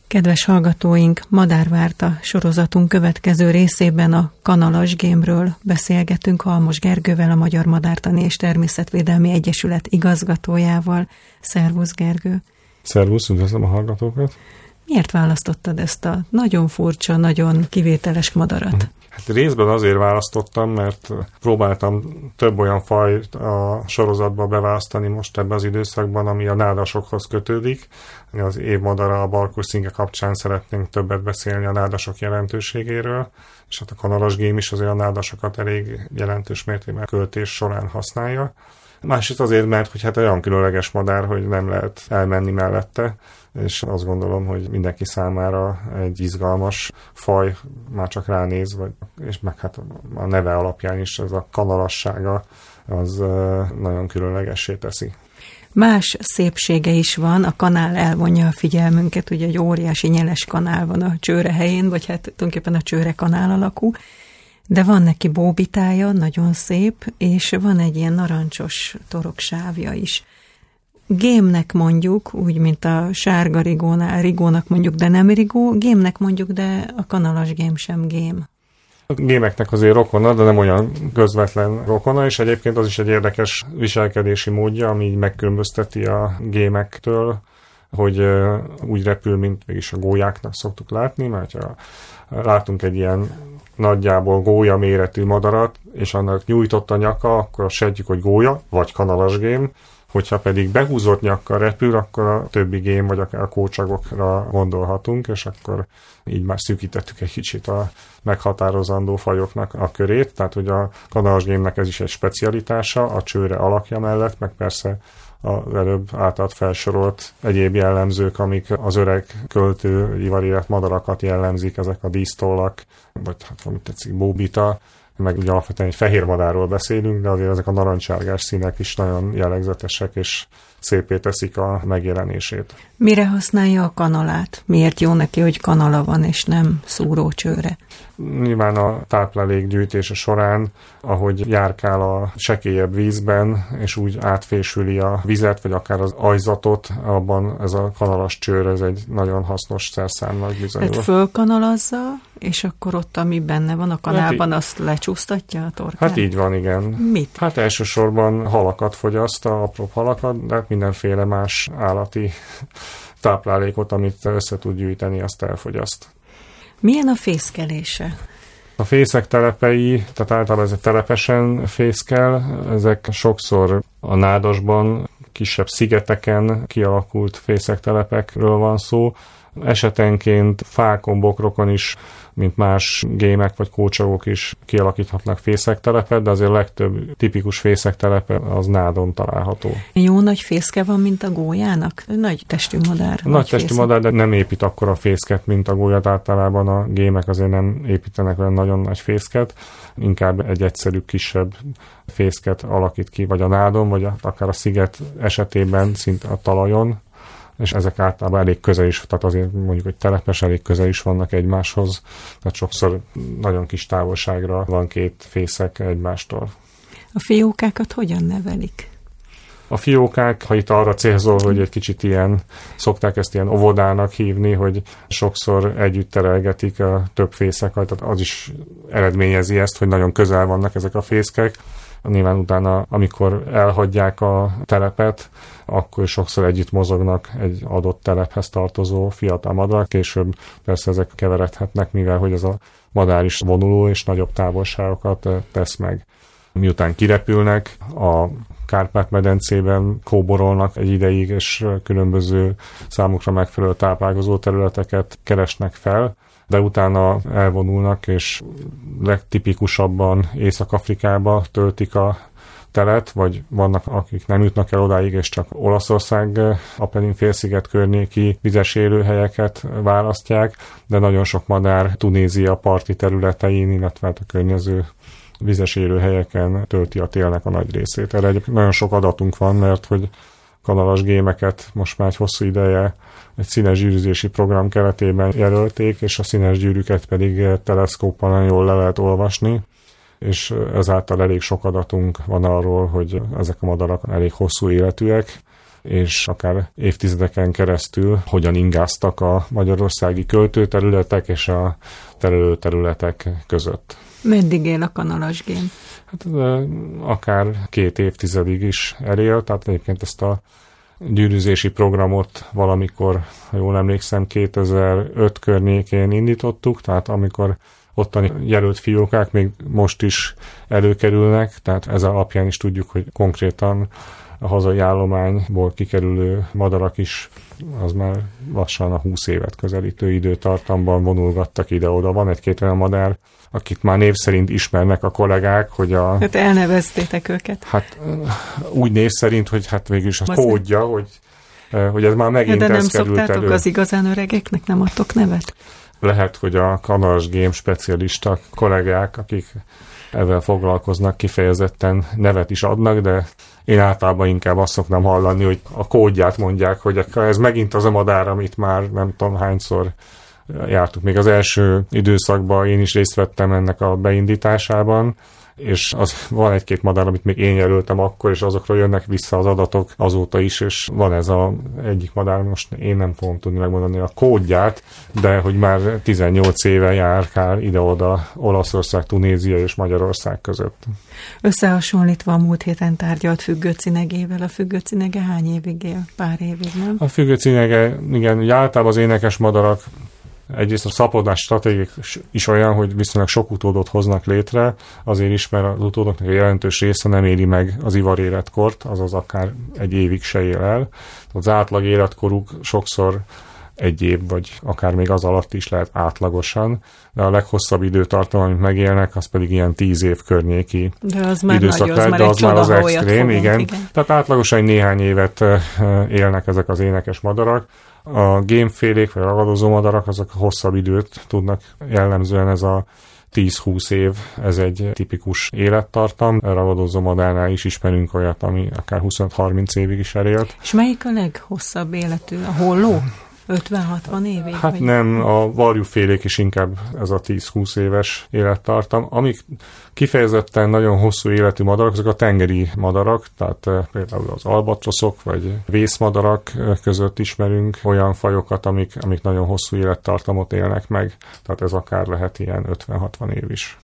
Kedves hallgatóink, Madárvárta sorozatunk következő részében a kanalas gémről beszélgetünk Halmos Gergővel, a Magyar Madártani és Természetvédelmi Egyesület igazgatójával. Szervusz, Gergő! Szervusz, üdvözlöm a hallgatókat! Miért választottad ezt a nagyon furcsa, nagyon kivételes madarat? Hát részben azért választottam, mert próbáltam több olyan fajt a sorozatba beválasztani most ebben az időszakban, ami a nádasokhoz kötődik. Az évmadara, a barkószinke kapcsán szeretnénk többet beszélni a nádasok jelentőségéről, és hát a kanalasgém is azért a nádasokat elég jelentős mértékben költés során használja. Másrészt azért, mert hogy hát olyan különleges madár, hogy nem lehet elmenni mellette, és azt gondolom, hogy mindenki számára egy izgalmas faj, már csak ránéz, és meg hát a neve alapján is ez a kanalassága az nagyon különlegessé teszi. Más szépsége is van, a kanál elvonja a figyelmünket, ugye egy óriási nyeles kanál van a Csőre helyén, vagy hát tulajdonképpen a Csőre kanál alakú, de van neki bóbitája, nagyon szép, és van egy ilyen narancsos toroksávja is. Gémnek mondjuk, úgy, mint a sárga rigónál, rigónak mondjuk, de nem rigó, gémnek mondjuk, de a kanalas gém sem gém. A gémeknek azért rokona, de nem olyan közvetlen rokona, és egyébként az is egy érdekes viselkedési módja, ami így megkülönbözteti a gémektől, hogy úgy repül, mint mégis a gólyáknak szoktuk látni, mert ha látunk egy ilyen nagyjából gólya méretű madarat, és annak nyújtott a nyaka, akkor azt sejtjük, hogy gólya, vagy kanalasgém. Hogyha pedig behúzott nyakkal repül, akkor a többi gém, vagy akár a kócsagokra gondolhatunk, és akkor így már szűkítettük egy kicsit a meghatározandó fajoknak a körét. Tehát, hogy a kanalasgémnek ez is egy specialitása, a csőre alakja mellett, meg persze az előbb általad felsorolt egyéb jellemzők, amik az öreg költő ivarélet madarakat jellemzik, ezek a dísztollak, vagy hát amit tetszik, bóbita, meg ugye alapvetően egy fehér madárról beszélünk, de azért ezek a narancsárgás színek is nagyon jellegzetesek, és szépé teszik a megjelenését. Mire használja a kanalát? Miért jó neki, hogy kanala van, és nem szúrócsőre? Nyilván a táplálék gyűjtése során, ahogy járkál a sekélyebb vízben, és úgy átfésüli a vizet, vagy akár az ajzatot, abban ez a kanalas csőr, ez egy nagyon hasznos szerszámnak bizonyul. Tehát fölkanalazza, és akkor ott, ami benne van a kanálban, hát azt lecsúsztatja a torkán? Hát így van, igen. Mit? Hát elsősorban halakat fogyaszt, apróbb halakat, de mindenféle más állati táplálékot, amit össze tud gyűjteni, azt elfogyaszt. Milyen a fészkelése? A fészek telepei, tehát általában ezek telepesen fészkel, ezek sokszor a nádasban, kisebb szigeteken kialakult fészektelepekről van szó. Esetenként fákon, bokrokon is, mint más gémek vagy kócsagok is kialakíthatnak fészektelepet, de azért a legtöbb tipikus fészektelepe az nádon található. Jó nagy fészke van, mint a gólyának? Nagy testű madár. Nagy testű madár, de nem épít akkora fészket, mint a gólyát. Általában a gémek azért nem építenek olyan nagyon nagy fészket, inkább egy egyszerű, kisebb fészket alakít ki, vagy a nádon, vagy akár a sziget esetében szinte a talajon, és ezek általában elég közel is, tehát azért mondjuk, hogy telepes, elég közel is vannak egymáshoz, tehát sokszor nagyon kis távolságra van két fészek egymástól. A fiókákat hogyan nevelik? A fiókák, ha itt arra célzol, hogy egy kicsit ilyen, szokták ezt ilyen óvodának hívni, hogy sokszor együtt terelgetik a több fészeket, tehát az is eredményezi ezt, hogy nagyon közel vannak ezek a fészkek. Nyilván utána, amikor elhagyják a telepet, akkor sokszor együtt mozognak egy adott telephez tartozó fiatal madarak. Később persze ezek keveredhetnek, mivel hogy ez a madár is vonuló és nagyobb távolságokat tesz meg. Miután kirepülnek, a Kárpát-medencében kóborolnak egy ideig, és különböző számukra megfelelő táplálkozó területeket keresnek fel, de utána elvonulnak, és legtipikusabban Észak-Afrikába töltik a telet, vagy vannak, akik nem jutnak el odáig, és csak Olaszország Apennin-félsziget környéki vizes élőhelyeket választják, de nagyon sok madár Tunézia parti területein, illetve a környező vizes élőhelyeken tölti a télnek a nagy részét. Erre nagyon sok adatunk van, mert hogy kanalas gémeket most már egy hosszú ideje egy színes gyűrűzési program keretében jelölték, és a színes gyűrűket pedig teleszkóppal nagyon jól le lehet olvasni, és ezáltal elég sok adatunk van arról, hogy ezek a madarak elég hosszú életűek, és akár évtizedeken keresztül hogyan ingáztak a magyarországi költőterületek és a terülőterületek között. Meddig él a kanalasgém? Hát akár 2 évtizedig is elél, tehát egyébként ezt a gyűrűzési programot valamikor, ha jól emlékszem, 2005 környékén indítottuk, tehát amikor ottani jelölt fiókák még most is előkerülnek, tehát ez alapján is tudjuk, hogy konkrétan a hazai állományból kikerülő madarak is az már lassan a 20 évet közelítő időtartamban vonulgattak ide-oda. Van egy-két olyan madár, akit már név szerint ismernek a kollégák, hogy Hát elneveztétek őket. Hát úgy név szerint, hogy hát végül is a kódja, hogy ez már megint de nem ez került szoktátok elő. Az igazán öregeknek, nem adtok nevet? Lehet, hogy a kanalasgém specialista kollégák, akik ezzel foglalkoznak, kifejezetten nevet is adnak, de én általában inkább azt szoktam hallani, hogy a kódját mondják, hogy ez megint az a madár, amit már nem tudom hányszor jártuk. Még az első időszakban én is részt vettem ennek a beindításában, és van egy-két madár, amit még én jelöltem akkor, és azokról jönnek vissza az adatok azóta is, és van ez egyik madár, most én nem fogom tudni megmondani a kódját, de hogy már 18 éve járkál ide-oda Olaszország, Tunézia és Magyarország között. Összehasonlítva a múlt héten tárgyalt függőcinegével, a függőcinege hány évig él? Pár évig, nem? A függőcinege, igen, ugye általában az énekes madarak egyrészt a szaporodás stratégiák is olyan, hogy viszonylag sok utódot hoznak létre, azért is, mert az utódoknak a jelentős része nem éri meg az ivar életkort, azaz akár egy évig se él el. Az átlag életkoruk sokszor 1 év, vagy akár még az alatt is lehet átlagosan, de a leghosszabb időtartam, amit megélnek, az pedig ilyen 10 év környéki időszak lehet, de az már az extrém, igen. Tehát átlagosan néhány évet élnek ezek az énekes madarak. A gémfélék, vagy a ragadozó madarak, azok hosszabb időt tudnak, jellemzően ez a 10-20 év, ez egy tipikus élettartam. A ragadozó madárnál is ismerünk olyat, ami akár 25-30 évig is elélt. És melyik a leghosszabb életű? A holló? 50-60 évig? Hát vagy? nem, a varjúfélék is inkább ez a 10-20 éves élettartam. Amik kifejezetten nagyon hosszú életű madarak, azok a tengeri madarak, tehát például az albatroszok vagy vészmadarak között ismerünk olyan fajokat, amik nagyon hosszú élettartamot élnek meg, tehát ez akár lehet ilyen 50-60 év is.